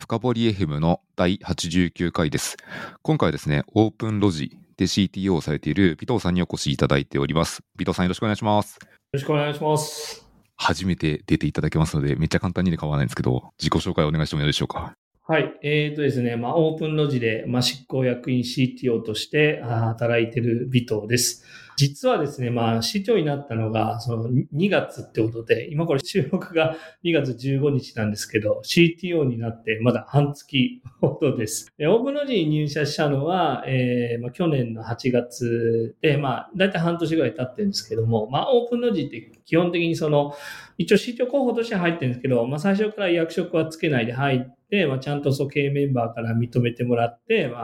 深掘り FM の第89回です。今回はですね、オープンロジで CTO をされている尾藤さんにお越しいただいております。尾藤さんよろしくお願いします。 よろしくお願いします。 初めて出ていただけますので、めっちゃ簡単にで構わないんですけど、自己紹介をお願いしてもよろしいでしょうか。 はい。ですね、オープンロジで、執行役員 CTO として働いている尾藤です。実はですね、CTO になったのが、その2月ってことで、今これ収録が2月15日なんですけど、CTO になってまだ半月ほどです。オープンロジに入社したのは、去年の8月で、だいたい半年ぐらい経ってるんですけども、オープンロジって基本的に一応 CTO 候補として入ってるんですけど、最初から役職はつけないで入って、ちゃんと経営メンバーから認めてもらって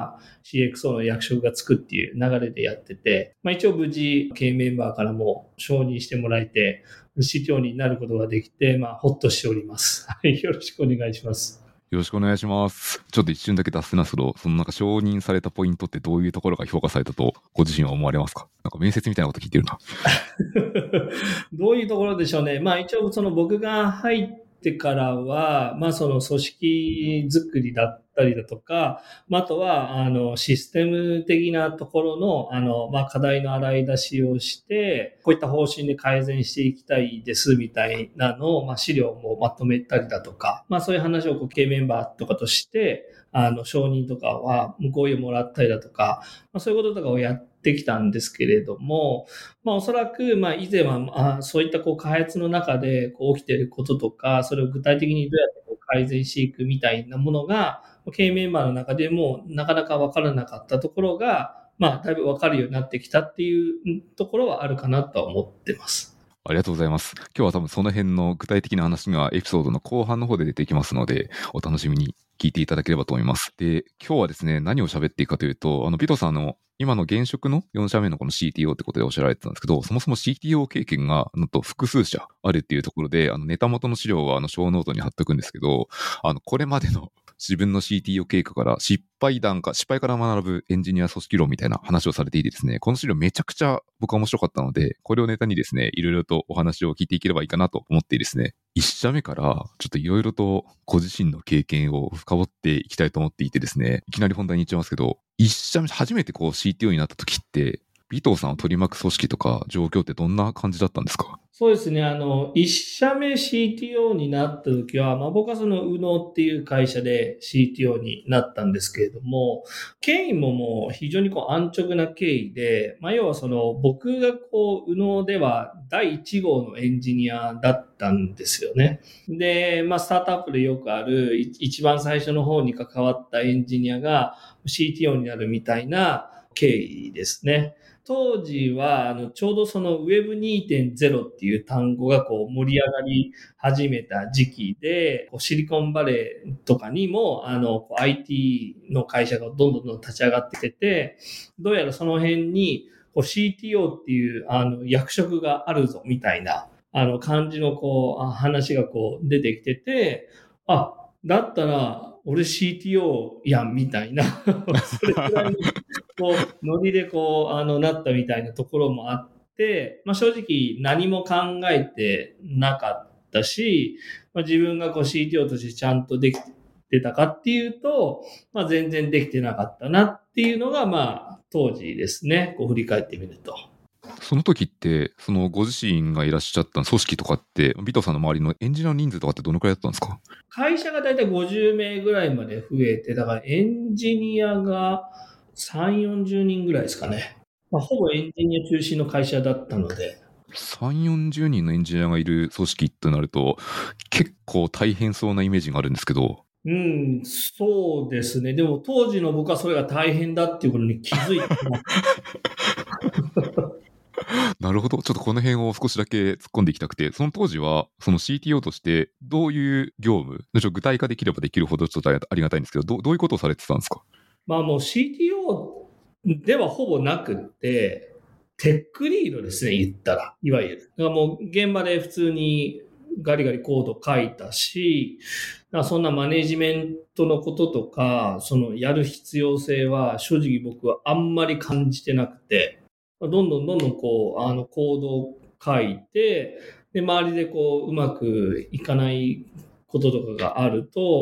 、CXO の役職がつくっていう流れでやってて、一応無事経営メンバーからも承認してもらえて、CTO になることができて、ほっとしております。よろしくお願いします。 よろしくお願いします。ちょっと一瞬だけ脱線なんですけど、承認されたポイントってどういうところが評価されたとご自身は思われますか？面接みたいなこと聞いてるな。 どういうところでしょうね。一応僕が入ってからは、その組織作りだったりだとか、あとは、システム的なところの、課題の洗い出しをして、こういった方針で改善していきたいですみたいなのを、資料もまとめたりだとか、そういう話を経営メンバーとかとして、承認とかは、合意をもらったりだとか、そういうこととかをやってきたんですけれども、おそらく、以前は、そういった開発の中で起きていることとか、それを具体的にどうやって改善していくみたいなものが、経営メンバーの中でもなかなか分からなかったところが、だいぶ分かるようになってきたっていうところはあるかなとは思ってます。 ありがとうございます。今日は多分その辺の具体的な話がエピソードの後半の方で出てきますので、お楽しみに聞いていただければと思います。で、今日はですね、何を喋っていくかというと、尾藤さんの今の現職の4社目のこの CTO ってことでおっしゃられてたんですけど、そもそも CTO 経験がなんと複数社あるっていうところで、ネタ元の資料は小ノートに貼っておくんですけど、これまでの自分の CTO 経過から失敗から学ぶエンジニア組織論みたいな話をされていてですね、この資料めちゃくちゃ僕は面白かったので、これをネタにですね、いろいろとお話を聞いていければいいかなと思ってですね、一社目からちょっといろいろとご自身の経験を深掘っていきたいと思っていてですね、いきなり本題に行っちゃいますけど、一社目初めてCTO になった時って、尾藤さんを取り巻く組織とか状況ってどんな感じだったんですか？ そうですね。一社目 CTO になった時は、僕は右脳っていう会社で CTO になったんですけれども、経緯ももう非常に安直な経緯で、要は僕が右脳では第1号のエンジニアだったんですよね。で、スタートアップでよくある一番最初の方に関わったエンジニアが CTO になるみたいな経緯ですね。当時は、ちょうどWeb2.0 っていう単語が盛り上がり始めた時期で、シリコンバレーとかにも、IT の会社がどんどん立ち上がってきてて、どうやらその辺に、CTO っていう、役職があるぞ、みたいな、感じの、話が出てきてて、だったら、俺 CTO やん、みたいな、それくらいのノリでなったみたいなところもあって、正直何も考えてなかったし、自分がCTO としてちゃんとできてたかっていうと、全然できてなかったなっていうのが、当時ですね、振り返ってみると。 その時って、ご自身がいらっしゃった組織とかって、尾藤さんの周りのエンジニアの人数とかってどのくらいだったんですか？ 会社がだいたい50名ぐらいまで増えて、だからエンジニアが3、40人ぐらいですかね。ほぼエンジニア中心の会社だったので。 3、40人のエンジニアがいる組織となると、結構大変そうなイメージがあるんですけど。 そうですね。でも当時の僕はそれが大変だっていうことに気づいてます。 なるほど。ちょっとこの辺を少しだけ突っ込んでいきたくて、その当時は、CTO としてどういう業務、具体化できればできるほどちょっとありがたいんですけど、どういうことをされてたんですか？ もう CTO ではほぼなくって、テックリードですね、言ったら。いわゆる。だからもう現場で普通にガリガリコード書いたし、そんなマネジメントのこととか、やる必要性は正直僕はあんまり感じてなくて、どんどんコードを書いて、で、周りでうまくいかないこととかがあると、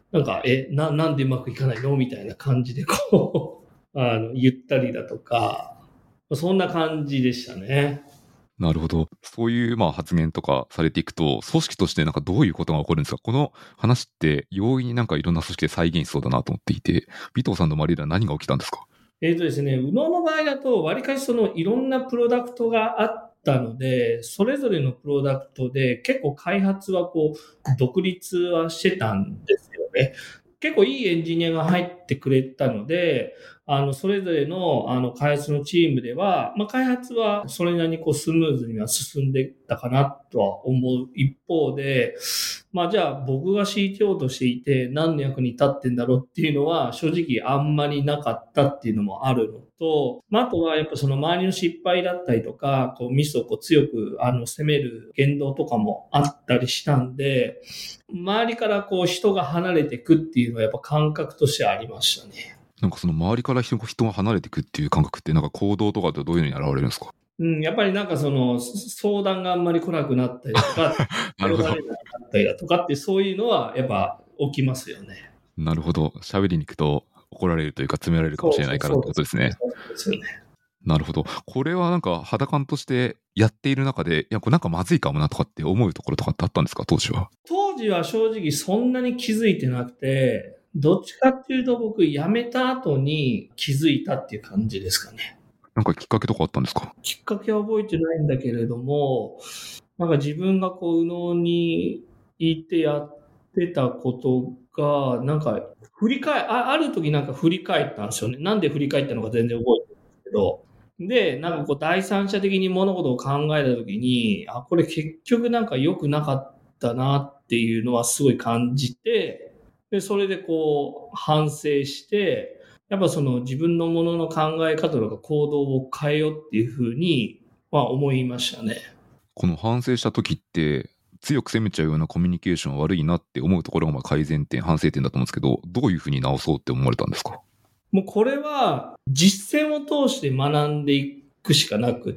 なんか、なんでうまくいかないのみたいな感じで言ったりだとか、そんな感じでしたね。 なるほど。そういう発言とかされていくと、組織としてなんかどういうことが起こるんですか？この話って容易になんかいろんな組織で再現しそうだなと思っていて、尾藤さんの周りでは何が起きたんですか？ ですね、右脳の場合だと、わりかしいろんなプロダクトがあったので、それぞれのプロダクトで結構開発は独立はしてたんですよね。結構いいエンジニアが入ってくれたので、それぞれの、開発のチームでは、開発はそれなりにスムーズには進んでたかなとは思う一方で、じゃあ僕が CTO としていて何の役に立ってんだろうっていうのは正直あんまりなかったっていうのもあるのと、あとはやっぱその周りの失敗だったりとか、ミスを強く責める言動とかもあったりしたんで、周りから人が離れていくっていうのはやっぱ感覚としてありましたね。 なんかその周りから人が離れていくっていう感覚ってなんか行動とかってどういうのに現れるんですか？ やっぱりなんか相談があんまり来なくなったりとか、 なるほど。 頼られなくなったりだとかってそういうのはやっぱ起きますよね。 なるほど。喋りに行くと怒られるというか詰められるかもしれないからってことですね。 そうですよね。 なるほど。これはなんか肌感としてやっている中で、いや、これなんかまずいかもなとかって思うところとかってあったんですか？当時は。 当時は正直そんなに気づいてなくて、どっちかっていうと僕辞めた後に気づいたっていう感じですかね。 なんかきっかけとかあったんですか？ きっかけは覚えてないんだけれども、なんか自分が右脳にいてやってたことが、なんかある時なんか振り返ったんですよね。なんで振り返ったのか全然覚えてないんですけど。で、なんか第三者的に物事を考えた時に、これ結局なんか良くなかったなっていうのはすごい感じて、で、それで反省して、やっぱ自分のものの考え方とか行動を変えようっていうふうに、思いましたね。 この反省した時って、強く責めちゃうようなコミュニケーションは悪いなって思うところが改善点、反省点だと思うんですけど、どういうふうに直そうって思われたんですか？ もうこれは実践を通して学んでいくしかなくって、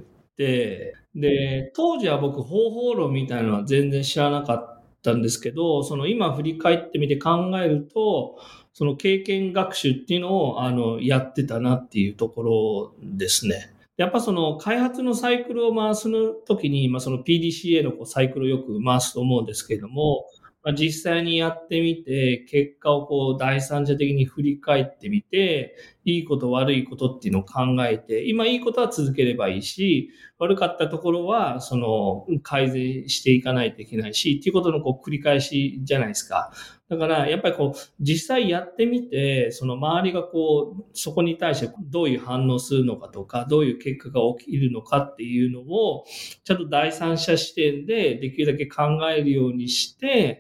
で、当時は僕方法論みたいなのは全然知らなかったんですけど、今振り返ってみて考えると、その経験学習っていうのをやってたなっていうところですね。やっぱ開発のサイクルを回すの時に、その PDCA のサイクルをよく回すと思うんですけれども、実際にやってみて、結果を第三者的に振り返ってみて、いいこと悪いことっていうのを考えて、今いいことは続ければいいし、悪かったところは、改善していかないといけないし、っていうことの繰り返しじゃないですか。だから、やっぱり実際やってみて、周りがそこに対してどういう反応するのかとか、どういう結果が起きるのかっていうのを、ちゃんと第三者視点でできるだけ考えるようにして、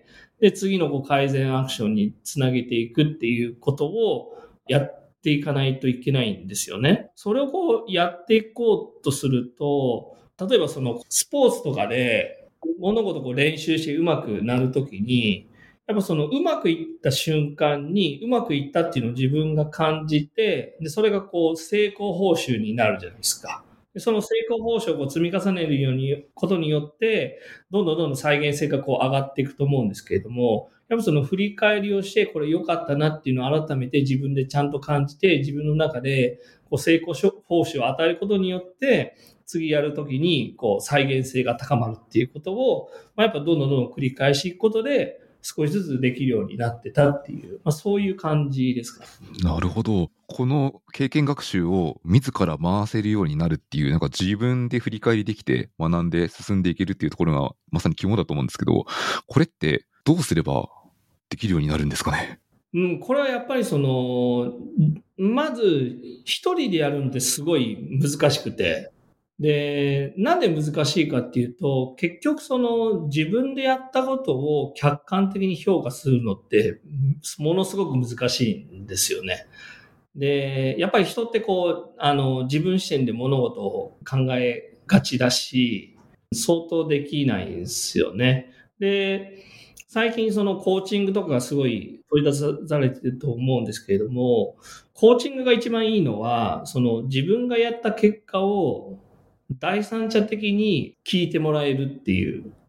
で、次の改善アクションにつなげていくっていうことをやっていかないといけないんですよね。それをやっていこうとすると、例えばスポーツとかで物事を練習して上手くなるときに、やっぱうまくいった瞬間にうまくいったっていうのを自分が感じて、で、それが成功報酬になるじゃないですか。で、その成功報酬を積み重ねるようにことによって、どんどん再現性が上がっていくと思うんですけれども、やっぱ振り返りをして、これ良かったなっていうのを改めて自分でちゃんと感じて、自分の中で成功報酬を与えることによって、次やるときに再現性が高まるっていうことを、やっぱどんどん繰り返していくことで、少しずつできるようになってたっていう、そういう感じですか。 なるほど。この経験学習を自ら回せるようになるっていう、なんか自分で振り返りできて学んで進んでいけるっていうところがまさに肝だと思うんですけど、これってどうすればできるようになるんですかね？ これはやっぱりまず一人でやるのってすごい難しくて、で、なんで難しいかっていうと、結局自分でやったことを客観的に評価するのって、ものすごく難しいんですよね。で、やっぱり人って自分視点で物事を考えがちだし、相当できないんですよね。で、最近コーチングとかがすごい取り出されてると思うんですけれども、コーチングが一番いいのは、自分がやった結果を第三者的に聞いてもらえるっていう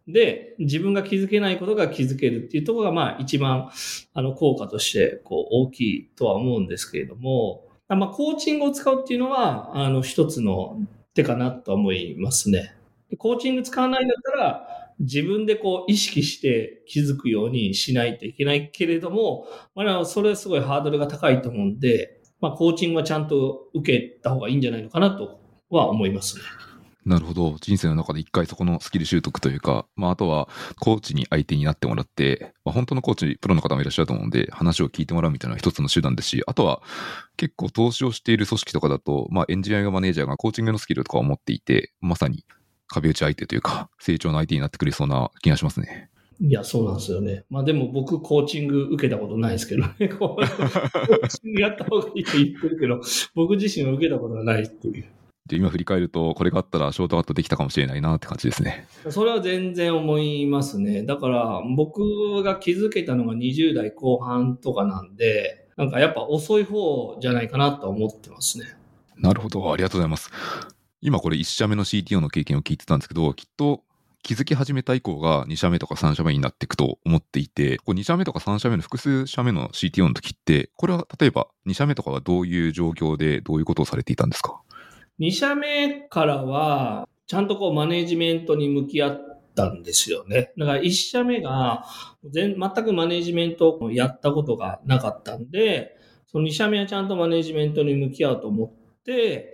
で、自分が気づけないことが気づけるっていうところが、まあ一番、効果として、大きいとは思うんですけれども、まあ、コーチングを使うっていうのは、一つの手かなと思いますね。コーチング使わないんだったら、自分で意識して気づくようにしないといけないけれども、まあ、それはすごいハードルが高いと思うんで、まあ、コーチングはちゃんと受けた方がいいんじゃないのかなとは思いますね。 なるほど。人生の中で一回そこのスキル習得というか、あとはコーチに相手になってもらって、本当のコーチ、プロの方もいらっしゃると思うんで、話を聞いてもらうみたいなのは一つの手段ですし、あとは結構投資をしている組織とかだと、エンジニアやマネージャーがコーチングのスキルとかを持っていて、まさに壁打ち相手というか、成長の相手になってくれそうな気がしますね。 いや、そうなんですよね。まあでも僕、コーチング受けたことないですけどね。コーチングやった方がいいと言ってるけど、僕自身は受けたことがないっていう。 で、今振り返ると、これがあったらショートカットできたかもしれないなって感じですね。 それは全然思いますね。だから僕が気づけたのが20代後半とかなんで、なんかやっぱ遅い方じゃないかなと思ってますね。 なるほど。ありがとうございます。今これ1社目の CTO の経験を聞いてたんですけど、きっと気づき始めた以降が2社目とか3社目になっていくと思っていて、2社目とか3社目の複数社目の CTO の時って、これは例えば2社目とかはどういう状況でどういうことをされていたんですか 2社目からは、ちゃんとマネージメントに向き合ったんですよね。だから1社目が全くマネージメントをやったことがなかったんで、その2社目はちゃんとマネージメントに向き合うと思って、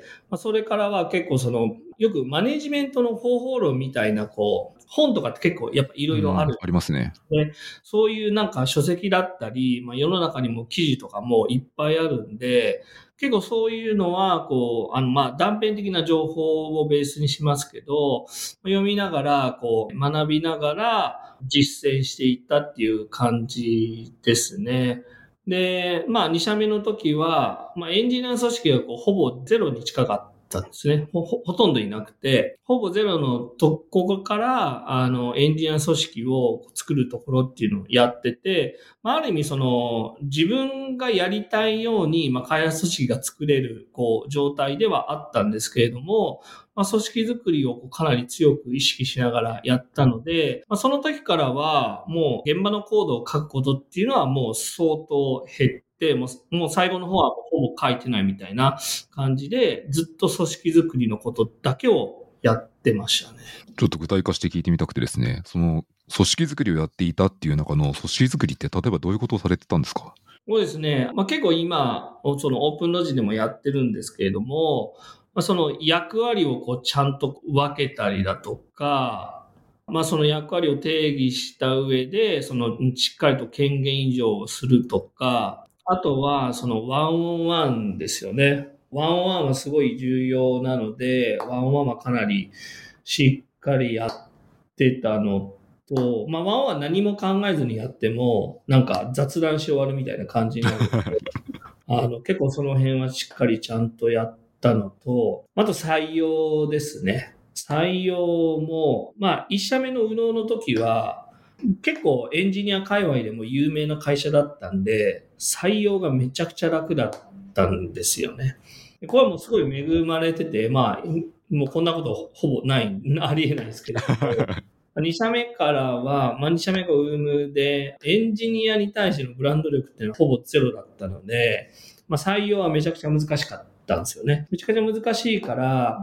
それからは結構よくマネージメントの方法論みたいな本とかって結構やっぱいろいろある。 ありますね。 で、そういうなんか書籍だったり、世の中にも記事とかもいっぱいあるんで、結構そういうのは、断片的な情報をベースにしますけど、読みながら、学びながら実践していったっていう感じですね。で、2社目の時は、エンジニアの組織がほぼゼロに近かったんですね。ほとんどいなくて、ほぼゼロのところから、エンジニア組織を作るところっていうのをやってて、ある意味自分がやりたいように、開発組織が作れる、状態ではあったんですけれども、組織づくりをかなり強く意識しながらやったので、その時からは、もう現場のコードを書くことっていうのはもう相当減って、もう最後の方はほぼ書いてないみたいな感じで、ずっと組織づくりのことだけをやってましたね。 ちょっと具体化して聞いてみたくてですね、その組織づくりをやっていたっていう中の組織づくりって例えばどういうことをされてたんですかそうですね。結構今、そのオープンロジでもやってるんですけれども、その役割をちゃんと分けたりだとか、その役割を定義した上で、しっかりと権限移譲をするとか、あとは、ワンオンワンですよね。ワンオンワンはすごい重要なので、ワンオンワンはかなりしっかりやってたのワンオンワン何も考えずにやっても、なんか雑談して終わるみたいな感じになるので、結構その辺はしっかりちゃんとやったのと、あと採用ですね。採用も、一社目の右脳の時は、結構エンジニア界隈でも有名な会社だったんで、採用がめちゃくちゃ楽だったんですよね。これはもうすごい恵まれてて、もうこんなことほぼない、ありえないですけれども、2社目からは、2社目がウームで、エンジニアに対してのブランド力っていうのはほぼゼロだったので、採用はめちゃくちゃ難しかったんですよね。めちゃくちゃ難しいから、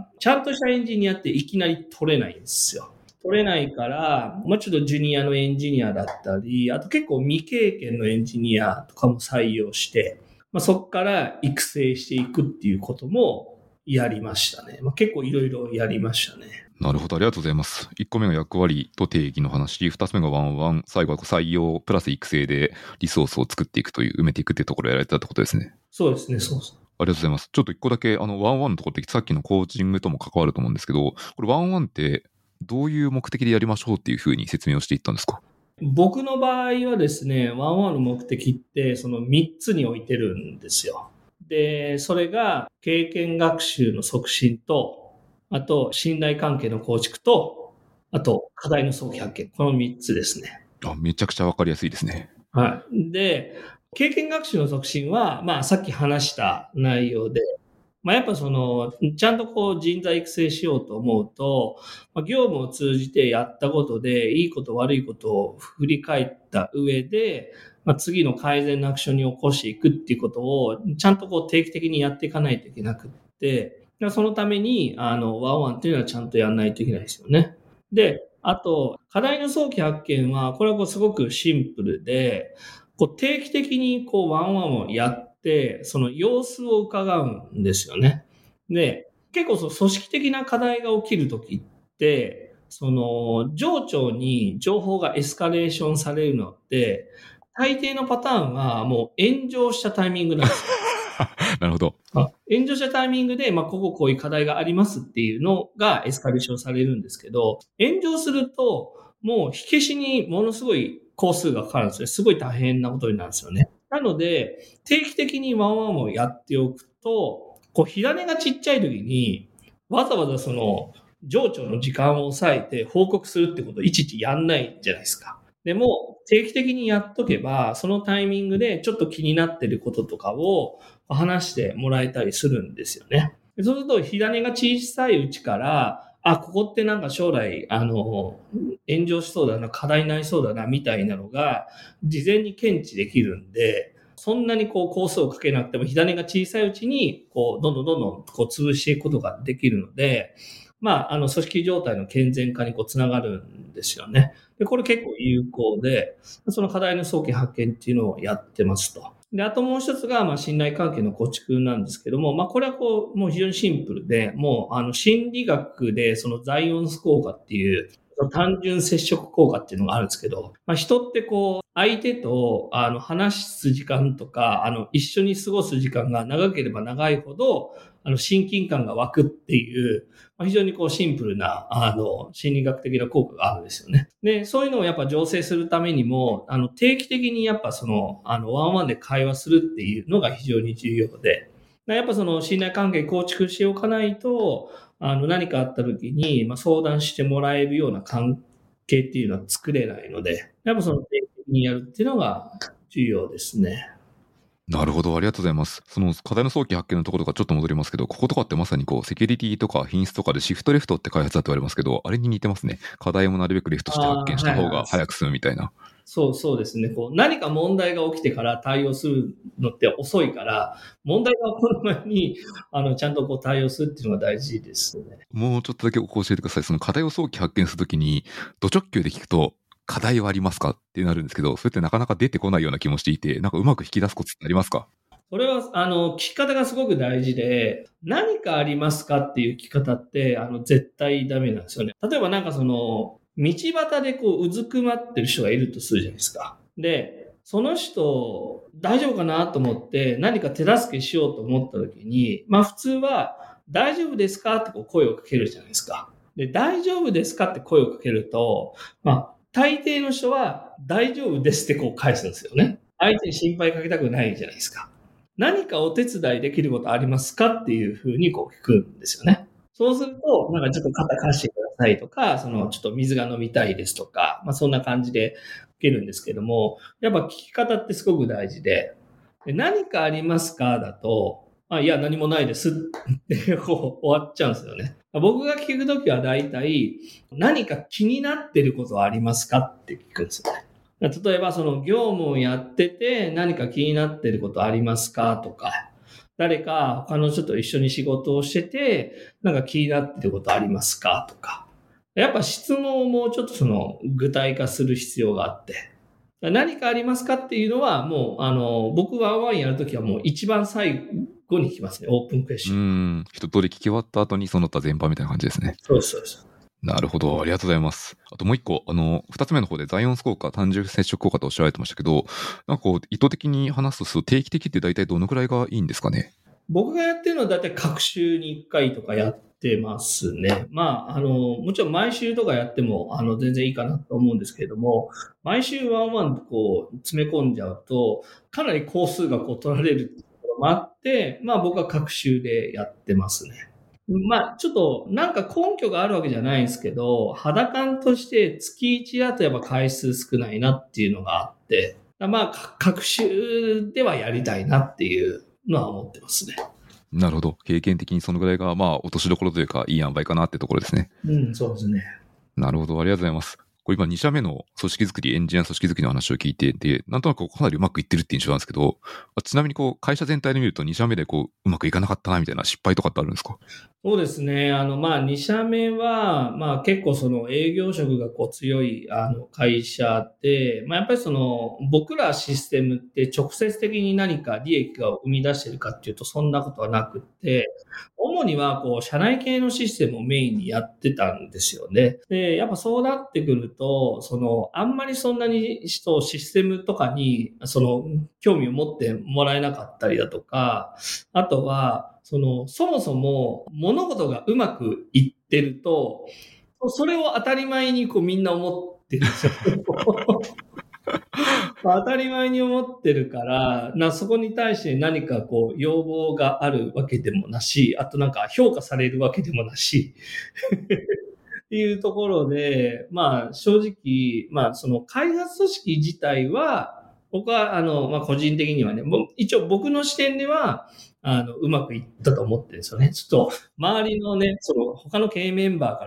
ちゃんとしたエンジニアっていきなり取れないんですよ。取れないから、ちょっとジュニアのエンジニアだったり、あと結構未経験のエンジニアとかも採用して、そこから育成していくっていうこともやりましたね。結構いろいろやりましたね。 なるほど、ありがとうございます。1個目が役割と定義の話、2つ目がワンオンワン、最後は採用プラス育成でリソースを作っていくという、埋めていくっていうところをやられてたってことですね。 そうですね、そうです。 ありがとうございます。ちょっと1個だけ、ワンオンワンのところってさっきのコーチングとも関わると思うんですけど、これワンオンワンってどういう目的でやりましょうっていうふうに説明をしていったんですか僕の場合はですね、ワンワンの目的ってその3つに置いてるんですよ。で、それが経験学習の促進と、あと信頼関係の構築と、あと課題の早期発見。この3つですね。 めちゃくちゃわかりやすいですね。 はい。で、経験学習の促進は、さっき話した内容で、 やっぱちゃんと人材育成しようと思うと、業務を通じてやったことで、いいこと悪いことを振り返った上で、次の改善のアクションに起こしていくっていうことを、ちゃんと定期的にやっていかないといけなくって、そのために、ワンワンっていうのはちゃんとやらないといけないですよね。で、あと、課題の早期発見は、これはすごくシンプルで、定期的にワンワンをやって、その様子を伺うんですよね。で、結構組織的な課題が起きるときって、上長に情報がエスカレーションされるのって、大抵のパターンはもう炎上したタイミングなんですよ。 なるほど。 炎上したタイミングで、こういう課題がありますっていうのがエスカレーションされるんですけど、炎上すると、もう火消しにものすごい工数がかかるんですよ。すごい大変なことになるんですよね。なので、定期的にワンワンをやっておくと、火種がちっちゃい時に、わざわざ上長の時間を抑えて報告するってことをいちいちやんないじゃないですか。でも、定期的にやっとけば、そのタイミングでちょっと気になってることとかを話してもらえたりするんですよね。そうすると、火種が小さいうちから、ここってなんか将来、炎上しそうだな、課題になりそうだな、みたいなのが、事前に検知できるんで、そんなに工数をかけなくても、火種が小さいうちに、どんどん潰していくことができるので、組織状態の健全化につながるんですよね。で、これ結構有効で、その課題の早期発見っていうのをやってますと。で、あともう一つが、信頼関係の構築なんですけども、これはもう非常にシンプルで、もう、心理学で、ザイオンス効果っていう、単純接触効果っていうのがあるんですけど、人って相手と、話す時間とか、一緒に過ごす時間が長ければ長いほど、親近感が湧くっていう、非常にシンプルな、心理学的な効果があるんですよね。で、そういうのをやっぱ醸成するためにも、定期的にやっぱワンワンで会話するっていうのが非常に重要で、やっぱ信頼関係構築しておかないと、何かあった時に、相談してもらえるような関係っていうのは作れないので、やっぱ定期的にやるっていうのが重要ですね。 なるほど、ありがとうございます。その課題の早期発見のところとかちょっと戻りますけど、こことかってまさにセキュリティとか品質とかでシフトレフトって開発だと言われますけど、あれに似てますね。課題もなるべくレフトして発見した方が早く済むみたいな。 そうですね。何か問題が起きてから対応するのって遅いから、問題が起こる前に、ちゃんと対応するっていうのが大事ですね。 もうちょっとだけ教えてください。その課題を早期発見するときに、ド直球で聞くと、課題はありますかってなるんですけど、それってなかなか出てこないような気もしていて、なんかうまく引き出すコツってありますか？ それは、聞き方がすごく大事で、何かありますかっていう聞き方って、絶対ダメなんですよね。例えばなんか道端でうずくまってる人がいるとするじゃないですか。で、その人、大丈夫かなと思って何か手助けしようと思った時に、普通は、大丈夫ですかって声をかけるじゃないですか。で、大丈夫ですかって声をかけると、大抵の人は大丈夫ですって返すんですよね。相手に心配かけたくないじゃないですか。何かお手伝いできることありますかっていうふうに聞くんですよね。そうすると、なんかちょっと肩貸してくださいとか、ちょっと水が飲みたいですとか、そんな感じで受けるんですけども、やっぱ聞き方ってすごく大事で、何かありますかだと、いや、何もないですって終わっちゃうんですよね。僕が聞くときは大体、何か気になってることはありますかって聞くんですよね。例えば、業務をやってて何か気になってることありますかとか、誰か他の人と一緒に仕事をしてて、なんか気になってることありますかとか。やっぱ質問をもうちょっと具体化する必要があって。何かありますかっていうのは、もう、僕はワンワンやるときはもう一番最後に聞きますね。オープンクエスチョン。 一通り聞き終わった後にその他全般みたいな感じですね。 そうです。 なるほど。ありがとうございます。あともう一個、二つ目の方でザイオンス効果、単純接触効果とおっしゃられてましたけど、なんか意図的に話すと定期的って大体どのくらいがいいんですかね？ 僕がやってるのは大体各週に1回とかやってますね。もちろん毎週とかやっても、全然いいかなと思うんですけれども、毎週ワンワン詰め込んじゃうと、かなり工数が取られるところもあって、僕は各週でやってますね。ちょっと、なんか根拠があるわけじゃないんですけど、肌感として月1だとやっぱ回数少ないなっていうのがあって、各週ではやりたいなっていうのは思ってますね。 なるほど。経験的にそのぐらいが、まあ、落としどころというか、いい塩梅かなってところですね。 うん、そうですね。 なるほど。ありがとうございます。これ今2社目の組織づくり、エンジニア組織づくりの話を聞いて、で、なんとなくかなりうまくいってるって印象なんですけど、ちなみに会社全体で見ると2社目でうまくいかなかったなみたいな失敗とかってあるんですか？ そうですね。2社目は、結構その営業職が強い、会社で、やっぱりその、僕らシステムって直接的に何か利益が生み出してるかっていうと、そんなことはなくって、主には、社内系のシステムをメインにやってたんですよね。で、やっぱそうなってくると、あんまりそんなにシステムとかに、興味を持ってもらえなかったりだとか、あとは、そもそも物事がうまくいってると、それを当たり前にみんな思ってるんですよ。当たり前に思ってるから、そこに対して何か要望があるわけでもなし、あとなんか評価されるわけでもなし、っていうところで、正直、その開発組織自体は、僕は、個人的にはね、一応僕の視点では、うまくいったと思ってるんですよね。ちょっと、周りのね、他の経営メンバーから、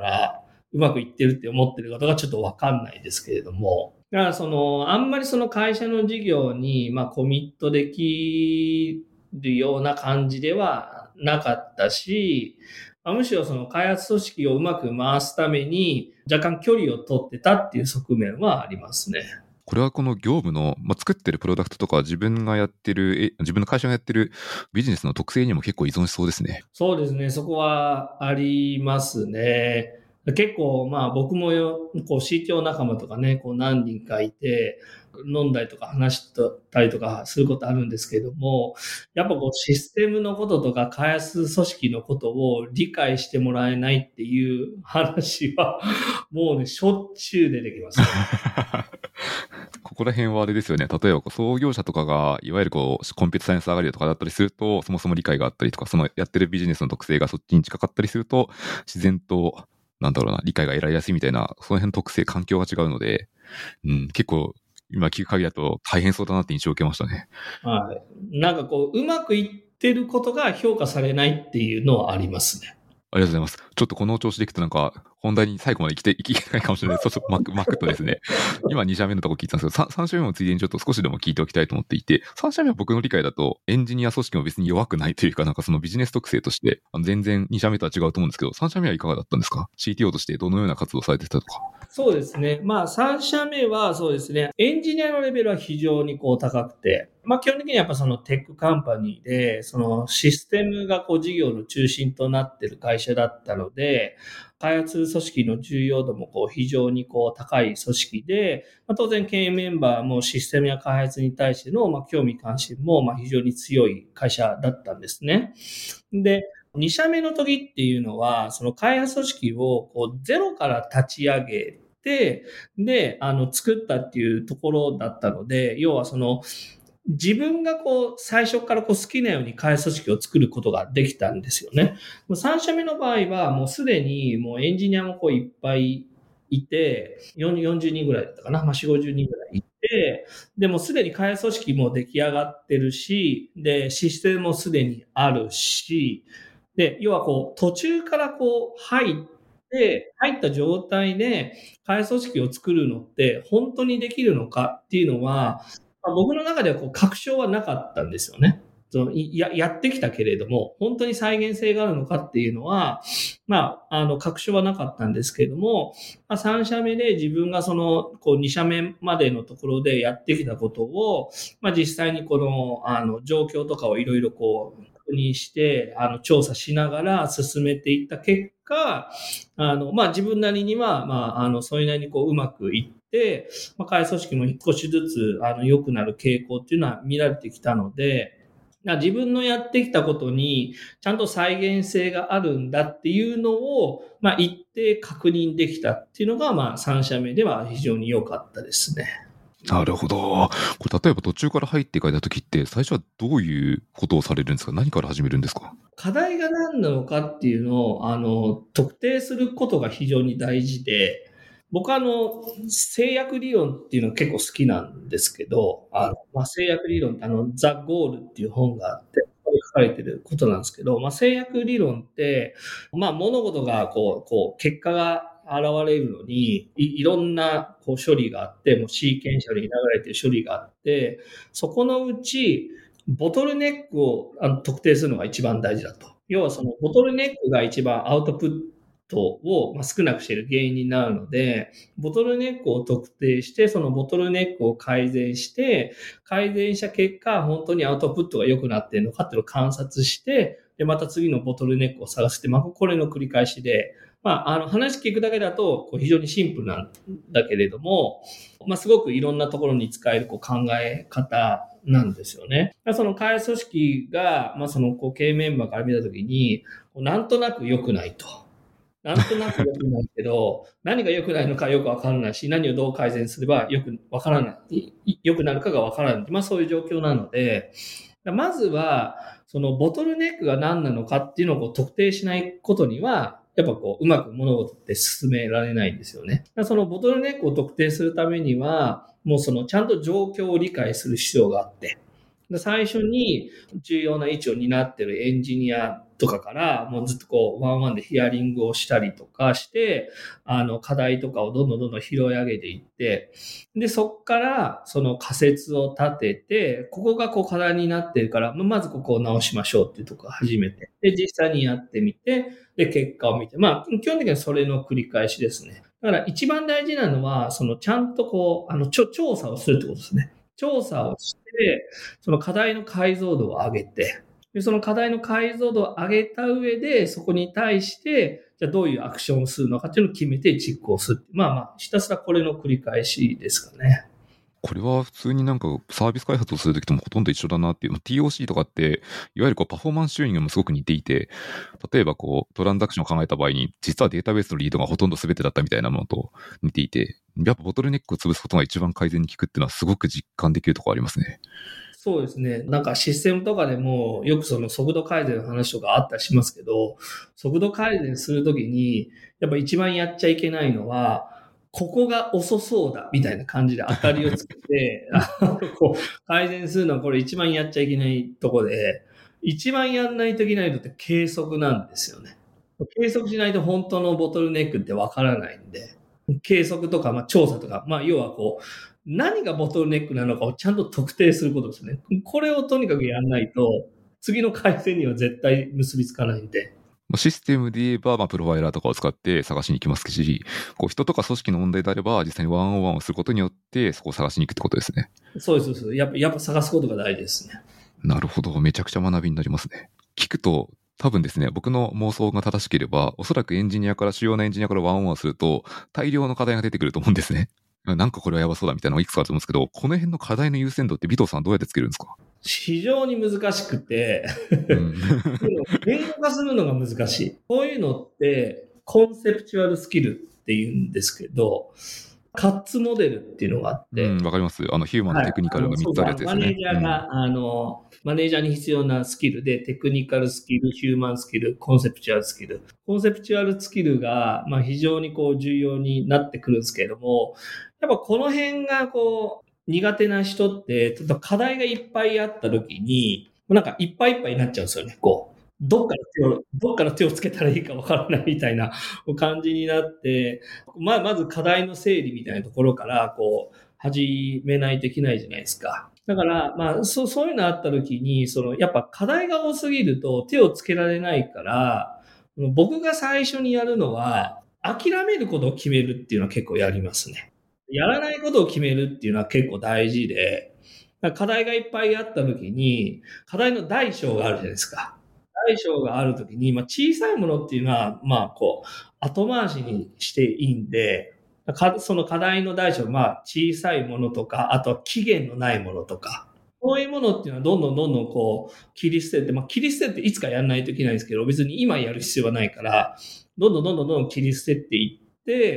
うまくいってるって思ってることがちょっとわかんないですけれども、だからあんまりその会社の事業に、コミットできるような感じではなかったし、むしろその開発組織をうまく回すために若干距離を取ってたっていう側面はありますね。 これはこの業務の、作ってるプロダクトとか自分がやってる、自分の会社がやってるビジネスの特性にも結構依存しそうですね。 そうですね。そこはありますね。結構、僕もCTO 仲間とかね、何人かいて、飲んだりとか話したりとかすることあるんですけども、やっぱシステムのこととか開発組織のことを理解してもらえないっていう話は、もうね、しょっちゅう出てきますね。 ここら辺はあれですよね。例えば創業者とかが、いわゆるコンピュータサイエンス上がりとかだったりすると、そもそも理解があったりとか、そのやってるビジネスの特性がそっちに近かったりすると、自然と、なんだろうな、理解が得られやすいみたいな、その辺の特性、環境が違うので、結構、今聞く限りだと大変そうだなって印象を受けましたね。 はい。なんかうまくいってることが評価されないっていうのはありますね。 ありがとうございます。ちょっとこの調子でいくとなんか、本題に最後まで行きたいかもしれない。そうそう、巻くとですね、今2社目のとこ聞いてたんですけど、3社目もついでにちょっと少しでも聞いておきたいと思っていて、3社目は僕の理解だと、エンジニア組織も別に弱くないというか、なんかそのビジネス特性として、全然2社目とは違うと思うんですけど、3社目はいかがだったんですか？ CTO としてどのような活動をされてたとか。 そうですね。3社目はそうですね。エンジニアのレベルは非常に高くて、基本的にはやっぱそのテックカンパニーで、そのシステムが事業の中心となっている会社だったので、開発組織の重要度も非常に高い組織で、当然経営メンバーもシステムや開発に対しての興味関心も非常に強い会社だったんですね。で、2社目の時っていうのは、その開発組織をゼロから立ち上げて、で、作ったっていうところだったので、要は自分が最初から好きなように開発組織を作ることができたんですよね。3社目の場合はもうすでにもうエンジニアもいっぱいいて、40人ぐらいだったかな。4、50人ぐらいいて、でもすでに開発組織も出来上がってるし、で、システムもすでにあるし、で、要は途中から入った状態で開発組織を作るのって本当にできるのかっていうのは、僕の中では確証はなかったんですよね。やってきたけれども、本当に再現性があるのかっていうのは、確証はなかったんですけれども、3社目で自分が2社目までのところでやってきたことを、実際に状況とかをいろいろ確認して、調査しながら進めていった結果、自分なりには、それなりにうまくいって、開発組織も少しずつ、良くなる傾向っていうのは見られてきたので、自分のやってきたことにちゃんと再現性があるんだっていうのを、一定確認できたっていうのが、3社目では非常に良かったですね。 なるほど。これ例えば途中から入っていかれた時って、最初はどういうことをされるんですか？何から始めるんですか？ 課題が何なのかっていうのを、特定することが非常に大事で、僕は制約理論っていうのが結構好きなんですけど、制約理論ってザ・ゴールっていう本があって、 書かれてることなんですけど、制約理論って、物事が結果が現れるのに、いろんな処理があって、もうシーケンシャルに流れてる処理があって、そこのうち、ボトルネックを特定するのが一番大事だと。要はそのボトルネックが一番アウトプットを少なくしている原因になるので、ボトルネックを特定して、そのボトルネックを改善して、改善した結果、本当にアウトプットが良くなっているのかっていうのを観察して、で、また次のボトルネックを探して、これの繰り返しで、話聞くだけだと非常にシンプルなんだけれども、すごくいろんなところに使える考え方なんですよね。その開発組織が、その経営メンバーから見たときに、なんとなく良くないと。なんとなく良くないけど、何が良くないのかよくわからないし、何をどう改善すれば良くなるかがわからない。そういう状況なので、まずは、そのボトルネックが何なのかっていうのを特定しないことには、やっぱうまく物事って進められないんですよね。そのボトルネックを特定するためには、もうちゃんと状況を理解する必要があって、最初に重要な位置を担っているエンジニアとかから、もうずっとワンワンでヒアリングをしたりとかして、課題とかをどんどん拾い上げていって、で、そっから、その仮説を立てて、ここが課題になっているから、まずここを直しましょうっていうところを始めて、で、実際にやってみて、で、結果を見て、基本的にはそれの繰り返しですね。だから一番大事なのは、ちゃんと調査をするってことですね。調査をして、その課題の解像度を上げて、でその課題の解像度を上げた上で、そこに対して、じゃあどういうアクションをするのかっていうのを決めて実行する。ひたすらこれの繰り返しですかね。 これは普通になんかサービス開発をするときともほとんど一緒だなっていう。TOC とかって、いわゆるパフォーマンスチューニングもすごく似ていて、例えばトランザクションを考えた場合に、実はデータベースのリードがほとんど全てだったみたいなものと似ていて、やっぱボトルネックを潰すことが一番改善に効くっていうのはすごく実感できるところありますね。 そうですね。なんかシステムとかでもよくその速度改善の話とかあったりしますけど、速度改善するときに、やっぱ一番やっちゃいけないのは、ここが遅そうだみたいな感じで当たりをつけて、改善するのはこれ一番やっちゃいけないとこで、一番やんないといけないのって計測なんですよね。計測しないと本当のボトルネックってわからないんで、計測とか、調査とか、要は何がボトルネックなのかをちゃんと特定することですね。これをとにかくやんないと、次の改善には絶対結びつかないんで。 システムで言えば、プロファイラーとかを使って探しに行きますし、人とか組織の問題であれば、実際にワンオンワンをすることによって、そこを探しに行くってことですね。 そうです。やっぱ探すことが大事ですね。 なるほど。めちゃくちゃ学びになりますね。聞くと、多分ですね、僕の妄想が正しければ、おそらく主要なエンジニアからワンオンワンすると、大量の課題が出てくると思うんですね。なんかこれはやばそうだみたいなのがいくつかあると思うんですけど、この辺の課題の優先度って尾藤さんどうやってつけるんですか？ 非常に難しくて、言語化するのが難しい。こういうのって、コンセプチュアルスキルって言うんですけど、カッツモデルっていうのがあって、 わかります。ヒューマンとテクニカルが3つあるやつですね。 マネージャーが、マネージャーに必要なスキルで、テクニカルスキル、ヒューマンスキル、コンセプチュアルスキル。コンセプチュアルスキルが、非常に重要になってくるんですけれども、やっぱこの辺が苦手な人って、ちょっと課題がいっぱいあった時に、なんかいっぱいいっぱいになっちゃうんですよね。どっから手をつけたらいいかわからないみたいな感じになって、まず課題の整理みたいなところから、始めないといけないじゃないですか。だから、そういうのあった時に、やっぱ課題が多すぎると手をつけられないから、僕が最初にやるのは、諦めることを決めるっていうのは結構やりますね。やらないことを決めるっていうのは結構大事で、課題がいっぱいあった時に、課題の大小があるじゃないですか。大小がある時に、小さいものっていうのは、後回しにしていいんで、その課題の大小、小さいものとか、あとは期限のないものとか、そういうものっていうのはどんどん切り捨てて、切り捨てっていつかやらないといけないんですけど、別に今やる必要はないから、どんどん切り捨てていって、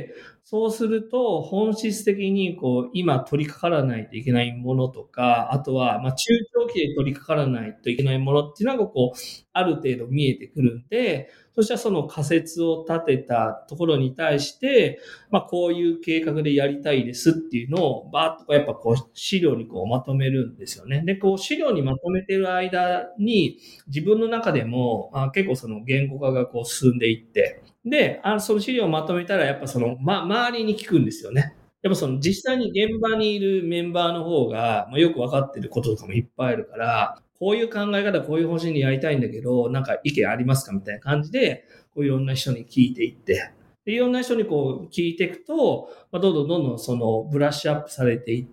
そうすると、本質的に今取り掛からないといけないものとか、あとは、中長期で取り掛からないといけないものっていうのがある程度見えてくるんで、そしたらその仮説を立てたところに対して、こういう計画でやりたいですっていうのを、バーッとやっぱ資料にまとめるんですよね。で、資料にまとめてる間に、自分の中でも、結構その言語化が進んでいって、で、その資料をまとめたら、やっぱ周りに聞くんですよね。やっぱ実際に現場にいるメンバーの方が、よくわかってることとかもいっぱいあるから、こういう考え方、こういう方針にやりたいんだけど、なんか意見ありますかみたいな感じで、いろんな人に聞いていって、で、いろんな人に聞いていくと、どんどんそのブラッシュアップされていって、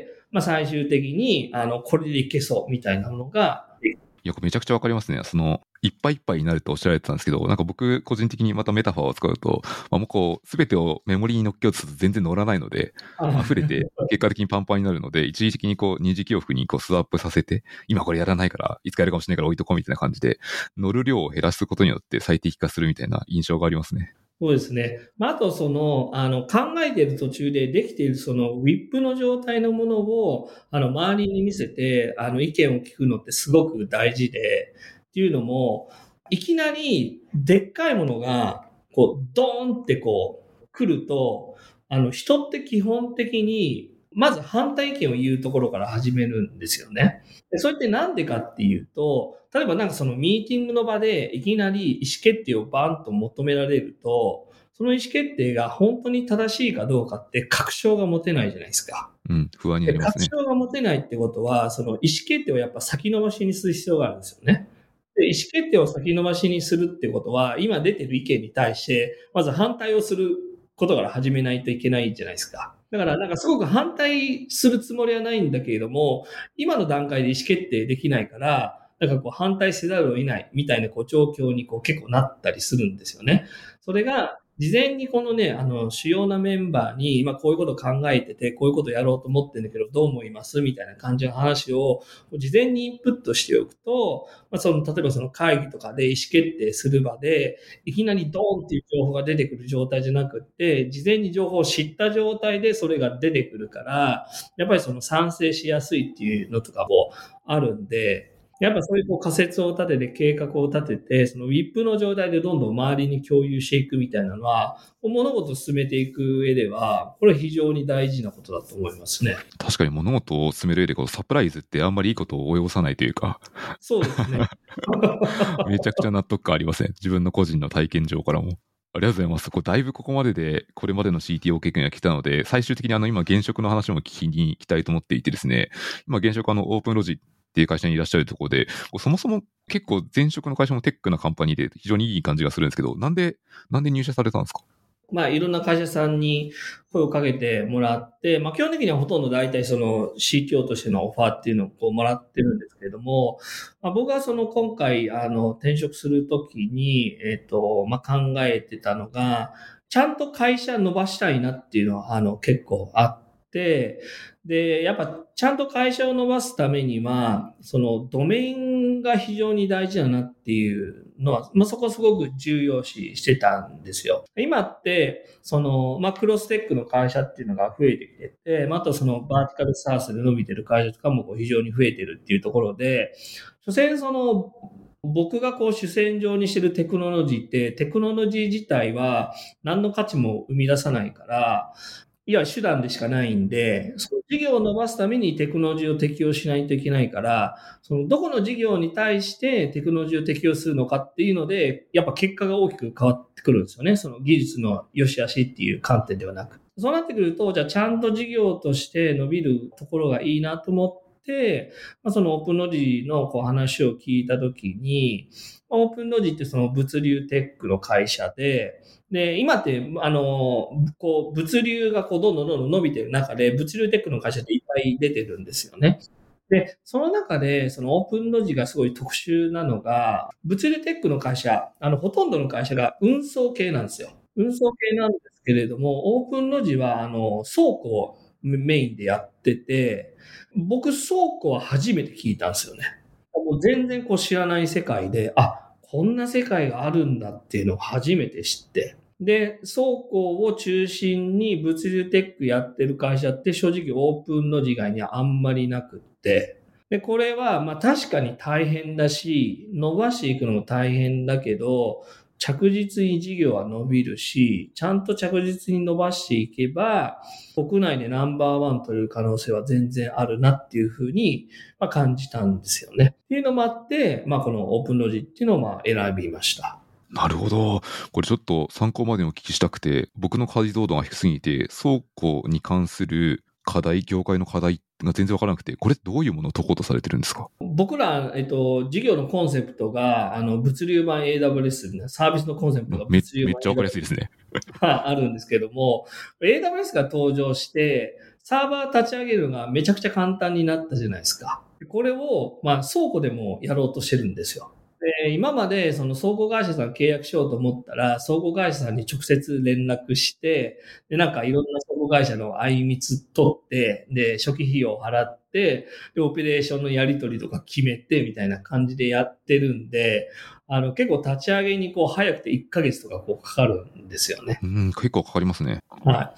最終的に、これでいけそうみたいなものが、 いや、めちゃくちゃわかりますね。いっぱいいっぱいになるとおっしゃられてたんですけど、なんか僕個人的にまたメタファーを使うと、もうすべてをメモリに乗っけようとすると全然乗らないので、溢れて結果的にパンパンになるので、一時的に二次起伏にスワップさせて、今これやらないから、いつかやるかもしれないから置いとこうみたいな感じで、乗る量を減らすことによって最適化するみたいな印象がありますね。 そうですね。あと考えている途中でできているウィップの状態のものを、周りに見せて、意見を聞くのってすごく大事で、っていうのも、いきなりでっかいものが、ドーンって来ると、人って基本的に、まず反対意見を言うところから始めるんですよね。でそれってなんでかっていうと、例えばなんかそのミーティングの場でいきなり意思決定をバンと求められると、その意思決定が本当に正しいかどうかって確証が持てないじゃないですか。 うん、不安になで、確りますね。 証が持てないってことは、その意思決定をやっぱ先延ばしにする必要があるんですよね。で、意思決定を先延ばしにするってことは、今出てる意見に対して、まず反対をすることから始めないといけないじゃないですか。だからなんかすごく反対するつもりはないんだけれども、今の段階で意思決定できないから、なんか反対せざるを得ないみたいな状況に結構なったりするんですよね。それが、事前にこのね、主要なメンバーに、今こういうことを考えてて、こういうことをやろうと思ってるんだけど、どう思いますみたいな感じの話を、事前にインプットしておくと、例えばその会議とかで意思決定する場で、いきなりドーンっていう情報が出てくる状態じゃなくって、事前に情報を知った状態でそれが出てくるから、やっぱりその賛成しやすいっていうのとかもあるんで、やっぱそういう仮説を立てて、計画を立てて、その WIP の状態でどんどん周りに共有していくみたいなのは、物事を進めていく上では、これは非常に大事なことだと思いますね。 確かに物事を進める上でサプライズってあんまりいいことを及ぼさないというか、 そうですね。 めちゃくちゃ納得感ありません。自分の個人の体験上からも。ありがとうございます。だいぶここまでで、これまでの CTO 経験が来たので、最終的に今、現職の話も聞きに行きたいと思っていてですね、今、現職オープンロジっていう会社にいらっしゃるところで、そもそも結構前職の会社もテックなカンパニーで非常にいい感じがするんですけど、なんで入社されたんですか？ いろんな会社さんに声をかけてもらって、基本的にはほとんど大体その CTO としてのオファーっていうのをもらってるんですけれども、僕は今回、転職するときに、考えてたのが、ちゃんと会社伸ばしたいなっていうのは、結構あって、で、やっぱちゃんと会社を伸ばすためには、そのドメインが非常に大事だなっていうのは、そこすごく重要視してたんですよ。今って、クロステックの会社っていうのが増えてきてて、あとそのバーティカルサースで伸びてる会社とかも非常に増えてるっていうところで、所詮僕が主戦場にしてるテクノロジーって、テクノロジー自体は何の価値も生み出さないから、いや、手段でしかないんで、その事業を伸ばすためにテクノロジーを適用しないといけないから、どこの事業に対してテクノロジーを適用するのかっていうので、やっぱ結果が大きく変わってくるんですよね。その技術の良し悪しっていう観点ではなく。そうなってくると、じゃあちゃんと事業として伸びるところがいいなと思って、そのオープンロジの話を聞いたときに、オープンロジってその物流テックの会社で、で、今って、物流がどんどん伸びてる中で、物流テックの会社っていっぱい出てるんですよね。で、その中で、そのオープンロジがすごい特殊なのが、物流テックの会社、ほとんどの会社が運送系なんですよ。運送系なんですけれども、オープンロジは、倉庫をメインでやってて、僕、倉庫は初めて聞いたんですよね。もう全然知らない世界で、あ、こんな世界があるんだっていうのを初めて知って、 で、倉庫を中心に物流テックやってる会社って正直オープンの以外にはあんまりなくって、で、これはまあ確かに大変だし、伸ばしていくのも大変だけど、着実に事業は伸びるし、ちゃんと着実に伸ばしていけば、国内でナンバーワン取れる可能性は全然あるなっていうふうにまあ感じたんですよね。っていうのもあって、まあこのオープンロジっていうのをまあ選びました。 なるほど。これちょっと参考までにお聞きしたくて、僕の解像度が低すぎて、倉庫に関する課題、業界の課題が全然わからなくて、これどういうものを解こうとされてるんですか？ 僕ら、事業のコンセプトが、物流版 AWS みたいなサービスのコンセプトがめっ物流版ちゃわかりやすいですね。 があるんですけども、AWS が登場して、サーバー立ち上げるのがめちゃくちゃ簡単になったじゃないですか。これを、まあ、倉庫でもやろうとしてるんですよ。で、今までその倉庫会社さん契約しようと思ったら、倉庫会社さんに直接連絡して、で、なんかいろんな倉庫会社の相密取って、で、初期費用を払って、で、オペレーションのやり取りとか決めて、みたいな感じでやってるんで、結構立ち上げにこう早くて1ヶ月とかこうかかるんですよね。 結構かかりますね。 はい。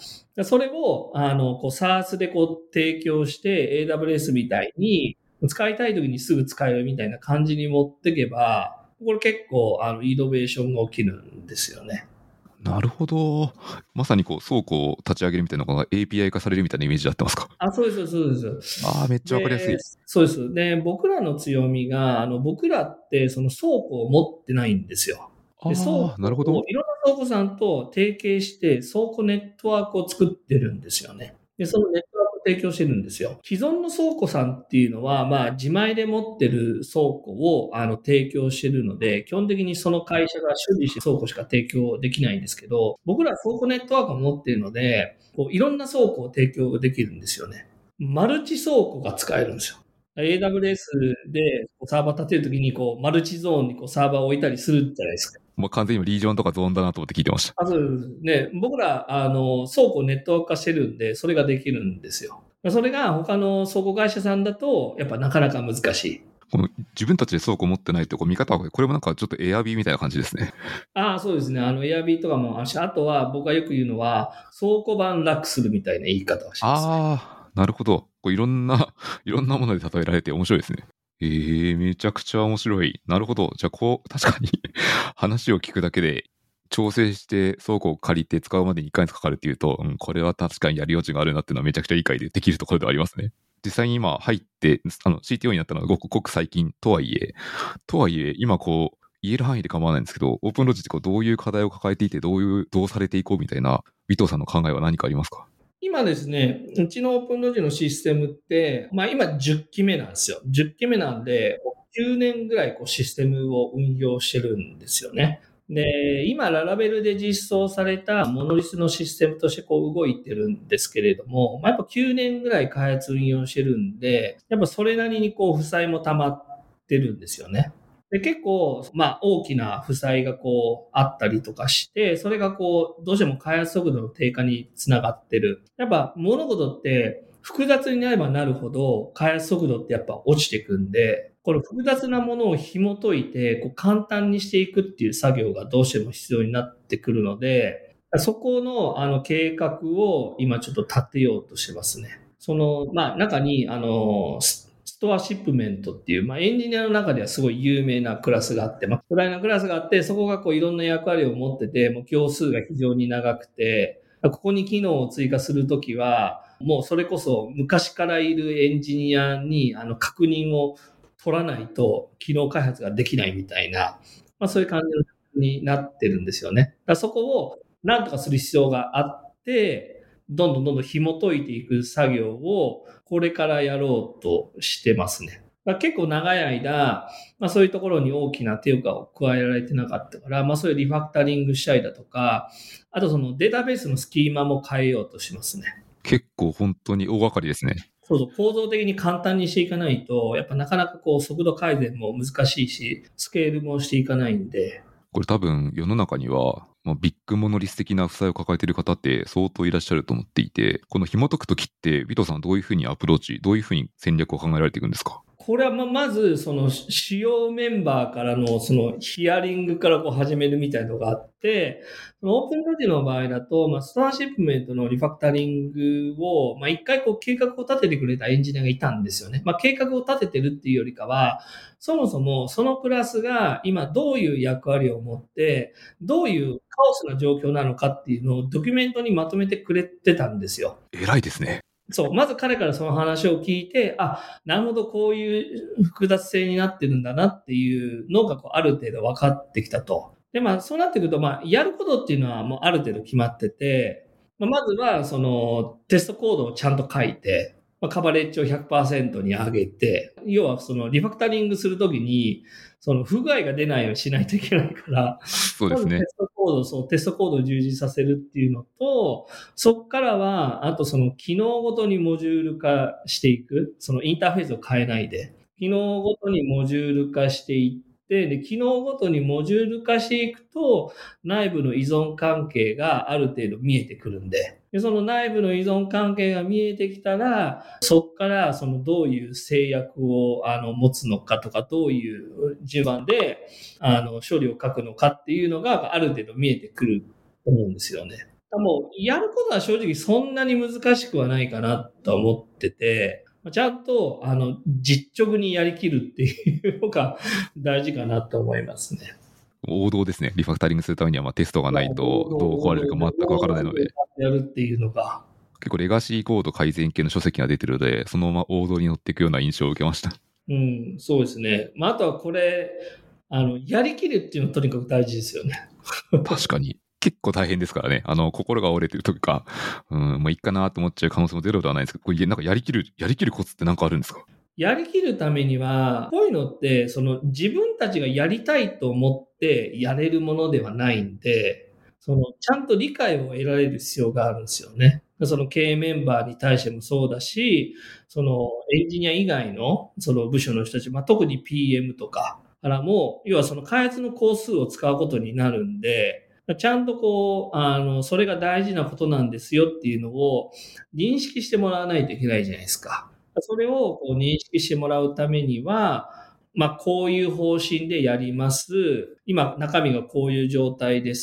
それを、こう SaaS でこう提供して AWS みたいに使いたい時にすぐ使えるみたいな感じに持っていけば、これ結構イノベーションが起きるんですよね。 なるほど。まさにこう倉庫を立ち上げるみたいなのが API 化されるみたいなイメージで合ってますか？ そうです、そうです。 めっちゃわかりやすい。 そうです。で、僕らの強みが、僕らってその倉庫を持ってないんですよ。で、倉庫なるほど。 をいろんな倉庫さんと提携して、倉庫ネットワークを作ってるんですよね。で、そのネットワークを提供してるんですよ。既存の倉庫さんっていうのは、まあ、自前で持ってる倉庫を、提供してるので、基本的にその会社が所持して倉庫しか提供できないんですけど、僕らは倉庫ネットワークを持っているので、こういろんな倉庫を提供できるんですよね。マルチ倉庫が使えるんですよ。AWS でサーバー立てるときに、こう、マルチゾーンにこうサーバーを置いたりするじゃないですか。 もう完全にリージョンとかゾーンだなと思って聞いてました。 そうですね。僕ら、倉庫をネットワーク化してるんで、それができるんですよ。それが他の倉庫会社さんだと、やっぱなかなか難しい。 この自分たちで倉庫持ってないとこう見方は、これもなんかちょっとエアビーみたいな感じですね。 そうですね。エアビーとかもあるし、あとは僕がよく言うのは、倉庫版ラックするみたいな言い方をしますね。 なるほど。こういろんなもので例えられて面白いですね。めちゃくちゃ面白い。なるほど。じゃあ確かに話を聞くだけで、調整して倉庫を借りて使うまでに1ヶ月かかるっていうと、これは確かにやり余地があるなっていうのはめちゃくちゃ理解できるところではありますね。実際に今入って、CTO になったのはごく最近とはいえ、今言える範囲で構わないんですけど、オープンロジってどういう課題を抱えていて、どうされていこうみたいな、尾藤さんの考えは何かありますか？ 今ですね、うちのオープンロジのシステムって、まあ今10期目なんですよ。10期目なんで、9年ぐらいこうシステムを運用してるんですよね。で、今ララベルで実装されたモノリスのシステムとしてこう動いてるんですけれども、まあやっぱ9年ぐらい開発運用してるんで、やっぱそれなりにこう負債も溜まってるんですよね。で、結構、まあ、大きな負債がこう、あったりとかして、それがこう、どうしても開発速度の低下につながってる。やっぱ、物事って、複雑になればなるほど、開発速度ってやっぱ落ちていくんで、この複雑なものを紐解いて、こう、簡単にしていくっていう作業がどうしても必要になってくるので、そこの、計画を今ちょっと立てようとしてますね。まあ、中に、ストアシップメントっていう、まあ、エンジニアの中ではすごい有名なクラスがあって、まあ、巨大なクラスがあって、そこがこういろんな役割を持ってて、もう行数が非常に長くて、ここに機能を追加するときは、もうそれこそ昔からいるエンジニアに確認を取らないと機能開発ができないみたいな、まあ、そういう感じになってるんですよね。だからそこを何とかする必要があって、どんどん紐解いていく作業をこれからやろうとしてますね。結構長い間、まあそういうところに大きな手を加えられてなかったから、まあそういうリファクタリングしたりだとか、あとそのデータベースのスキーマも変えようとしますね。 結構本当に大掛かりですね。 そうそう、構造的に簡単にしていかないと、やっぱなかなかこう速度改善も難しいし、スケールもしていかないんで。 これ多分世の中には、ビッグモノリス的な負債を抱えている方って相当いらっしゃると思っていて、この紐解くときって、尾藤さんはどういうふうにアプローチ、どういうふうに戦略を考えられていくんですか？ これはまず、その主要メンバーからのそのヒアリングからこう始めるみたいなのがあって、オープンロジの場合だと、ストアシップメントのリファクタリングを、一回こう計画を立ててくれたエンジニアがいたんですよね。計画を立ててるっていうよりかは、そもそもそのクラスが今どういう役割を持って、どういうカオスな状況なのかっていうのをドキュメントにまとめてくれてたんですよ。 偉いですね。 そう、まず彼からその話を聞いて、なるほど、こういう複雑性になってるんだなっていうのがある程度分かってきたと。で、そうなってくると、やることっていうのはもうある程度決まってて、まずはそのテストコードをちゃんと書いて、カバレッジを 100% に上げて、要はそのリファクタリングするときに、その不具合が出ないようにしないといけないから、 そうですね。 テストコードを充実させるっていうのと、そこからは、あとその機能ごとにモジュール化していく。そのインターフェースを変えないで。機能ごとにモジュール化していって、で、機能ごとにモジュール化していくと、内部の依存関係がある程度見えてくるんで、その内部の依存関係が見えてきたら、そこからそのどういう制約を持つのかとか、どういう順番で処理を書くのかっていうのがある程度見えてくると思うんですよね。もう、やることは正直そんなに難しくはないかなと思ってて、ちゃんと、実直にやりきるっていうのが大事かなと思いますね。 王道ですね。リファクタリングするためにはテストがないとどう壊れるか全くわからないので。 やるっていうのが。 結構レガシーコード改善系の書籍が出てるので、そのまま王道に乗っていくような印象を受けました。 うん、そうですね。あとはこれ、やりきるっていうのはとにかく大事ですよね。 確かに。結構大変ですからね。心が折れてるというか、もういいかなと思っちゃう可能性もゼロではないんですけど、これなんかやりきるコツってなんかあるんですか？ やりきるためには、こういうのって、その自分たちがやりたいと思ってやれるものではないんで、ちゃんと理解を得られる必要があるんですよね。その経営メンバーに対してもそうだし、エンジニア以外のその部署の人たち、特に PM とかからも、要はその開発の工数を使うことになるんで、ちゃんとそれが大事なことなんですよっていうのを認識してもらわないといけないじゃないですか。それを認識してもらうためには、こういう方針でやります。今、中身がこういう状態です。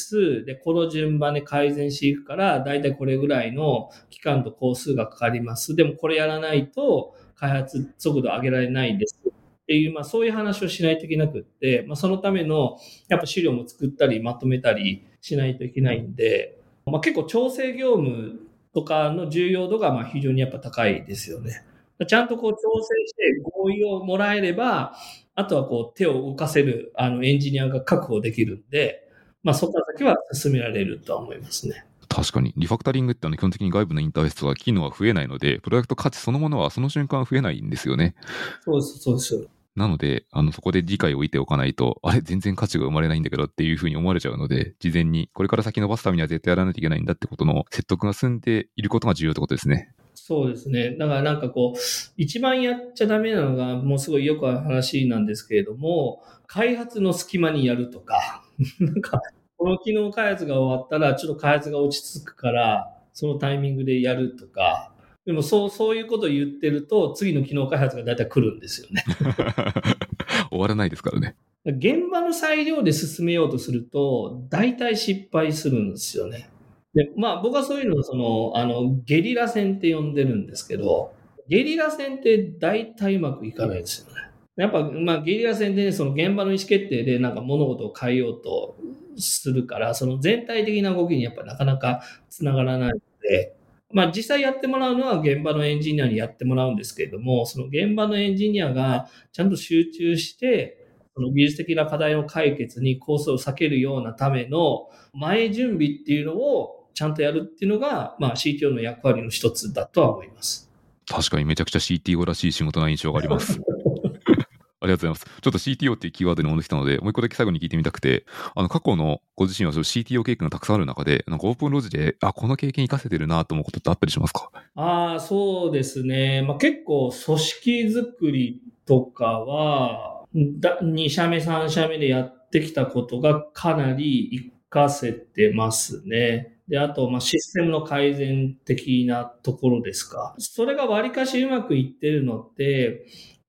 で、この順番で改善していくから、だいたいこれぐらいの期間と工数がかかります。でも、これやらないと、開発速度上げられないです。っていう、そういう話をしないといけなくって、そのための、やっぱ資料も作ったり、まとめたりしないといけないんで、結構調整業務とかの重要度が、非常にやっぱ高いですよね。ちゃんと調整して合意をもらえれば、あとは手を動かせるエンジニアが確保できるんで、そこから先は進められるとは思いますね。 確かに。リファクタリングって基本的に外部のインターフェースとか機能は増えないので、プロダクト価値そのものはその瞬間増えないんですよね。 そうです、そうです。 なので、そこで理解を得ておかないと、あれ、全然価値が生まれないんだけどっていうふうに思われちゃうので、事前にこれから先伸ばすためには絶対やらないといけないんだってことの説得が済んでいることが重要ってことですね。 そうですね。だから一番やっちゃダメなのが、もうすごいよくある話なんですけれども、開発の隙間にやるとか、この機能開発が終わったら、ちょっと開発が落ち着くから、そのタイミングでやるとか、でもそういうことを言ってると、次の機能開発がだいたい来るんですよね。 終わらないですからね。 現場の裁量で進めようとすると、大体失敗するんですよね。で、僕はそういうのをゲリラ戦って呼んでるんですけど、ゲリラ戦って大体うまくいかないですよね。やっぱ、ゲリラ戦でね、その現場の意思決定で物事を変えようとするから、その全体的な動きにやっぱなかなか繋がらないので、実際やってもらうのは現場のエンジニアにやってもらうんですけれども、その現場のエンジニアがちゃんと集中して、その技術的な課題の解決にコースを避けるようなための前準備っていうのをちゃんとやるっていうのが、CTO の役割の一つだとは思います。 確かにめちゃくちゃ CTO らしい仕事な印象があります。ありがとうございます。ちょっと CTO っていうキーワードに戻ってきたので、もう一個だけ最後に聞いてみたくて、過去のご自身はCTO 経験がたくさんある中で、なんかオープンロジで、この経験活かせてるなと思うことってあったりしますか？ そうですね。結構組織づくりとかは、2社目、3社目でやってきたことがかなり活かせてますね。で、あと、システムの改善的なところですか。それがわりかしうまくいってるのって、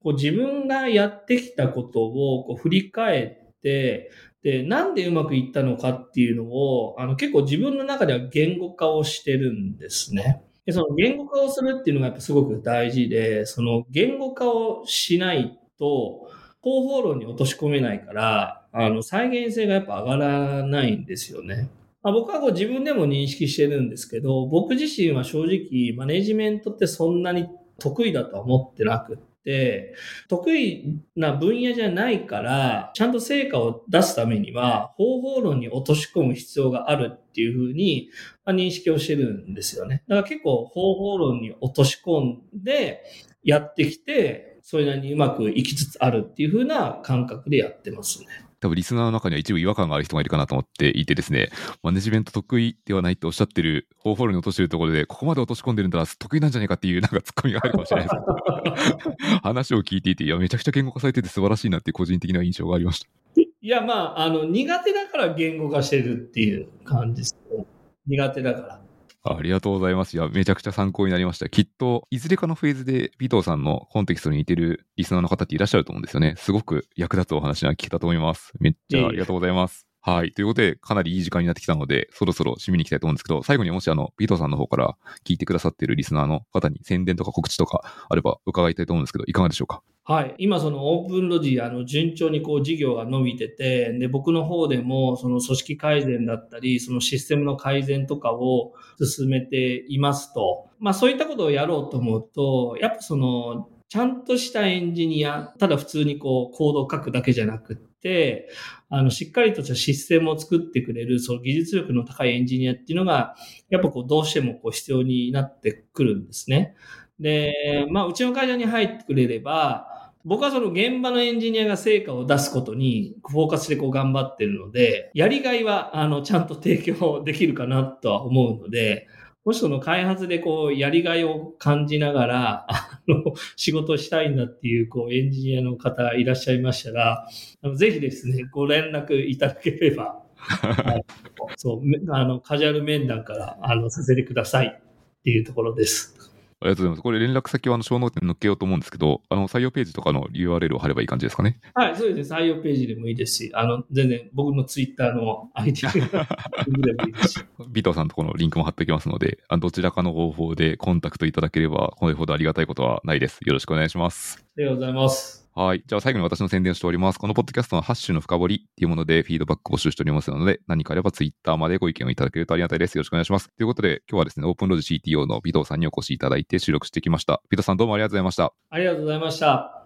こう自分がやってきたことをこう振り返って、で、なんでうまくいったのかっていうのを、結構自分の中では言語化をしてるんですね。で、その言語化をするっていうのがやっぱすごく大事で、その言語化をしないと、方法論に落とし込めないから、再現性がやっぱ上がらないんですよね。僕はこう自分でも認識してるんですけど、僕自身は正直マネジメントってそんなに得意だとは思ってなくって、得意な分野じゃないから、ちゃんと成果を出すためには方法論に落とし込む必要があるっていうふうに認識をしてるんですよね。だから結構方法論に落とし込んでやってきて、それなりにうまくいきつつあるっていうふうな感覚でやってますね。 多分リスナーの中には一部違和感がある人がいるかなと思っていてですね、マネジメント得意ではないっておっしゃってる方法論に落としてるところで、ここまで落とし込んでるんだら得意なんじゃないかっていうなんかツッコミが入るかもしれないですけど話を聞いていて、いや、めちゃくちゃ言語化されてて素晴らしいなっていう個人的な印象がありました。 いや、苦手だから言語化してるっていう感じですね。苦手だから。 ありがとうございます。いや、めちゃくちゃ参考になりました。きっと、いずれかのフェーズで、尾藤さんのコンテキストに似てるリスナーの方っていらっしゃると思うんですよね。すごく役立つお話が聞けたと思います。めっちゃありがとうございます。はい。ということで、かなりいい時間になってきたので、そろそろ締めに行きたいと思うんですけど、最後にもし尾藤さんの方から聞いてくださっているリスナーの方に宣伝とか告知とかあれば伺いたいと思うんですけど、いかがでしょうか？ はい。今そのオープンロジ、順調にこう事業が伸びてて、で、僕の方でもその組織改善だったり、そのシステムの改善とかを進めていますと。そういったことをやろうと思うと、やっぱその、ちゃんとしたエンジニア、ただ普通にこうコードを書くだけじゃなくって、しっかりとしたシステムを作ってくれる、その技術力の高いエンジニアっていうのが、やっぱこうどうしてもこう必要になってくるんですね。で、うちの会社に入ってくれれば、僕はその現場のエンジニアが成果を出すことにフォーカスでこう頑張ってるので、やりがいはちゃんと提供できるかなとは思うので、もしその開発でこうやりがいを感じながら、仕事をしたいんだっていうこうエンジニアの方いらっしゃいましたら、ぜひですね、ご連絡いただければ、そう、カジュアル面談からさせてくださいっていうところです。 ありがとうございます。これ連絡先はショーノートに載っけようと思うんですけど、採用ページとかの URL を貼ればいい感じですかね。 はい、そうですね。採用ページでもいいですし、全然僕のツイッターの ID でもいいですし。 尾藤さんのところのリンクも貼っておきますので、どちらかの方法でコンタクトいただければ、これほどありがたいことはないです。よろしくお願いします。 ありがとうございます。 はい。じゃあ最後に私の宣伝をしております。このポッドキャストのハッシュの深掘りっていうものでフィードバック募集しておりますので、何かあればツイッターまでご意見をいただけるとありがたいです。よろしくお願いします。ということで、今日はですね、オープンロジ CTO の尾藤さんにお越しいただいて収録してきました。尾藤さんどうもありがとうございました。 ありがとうございました。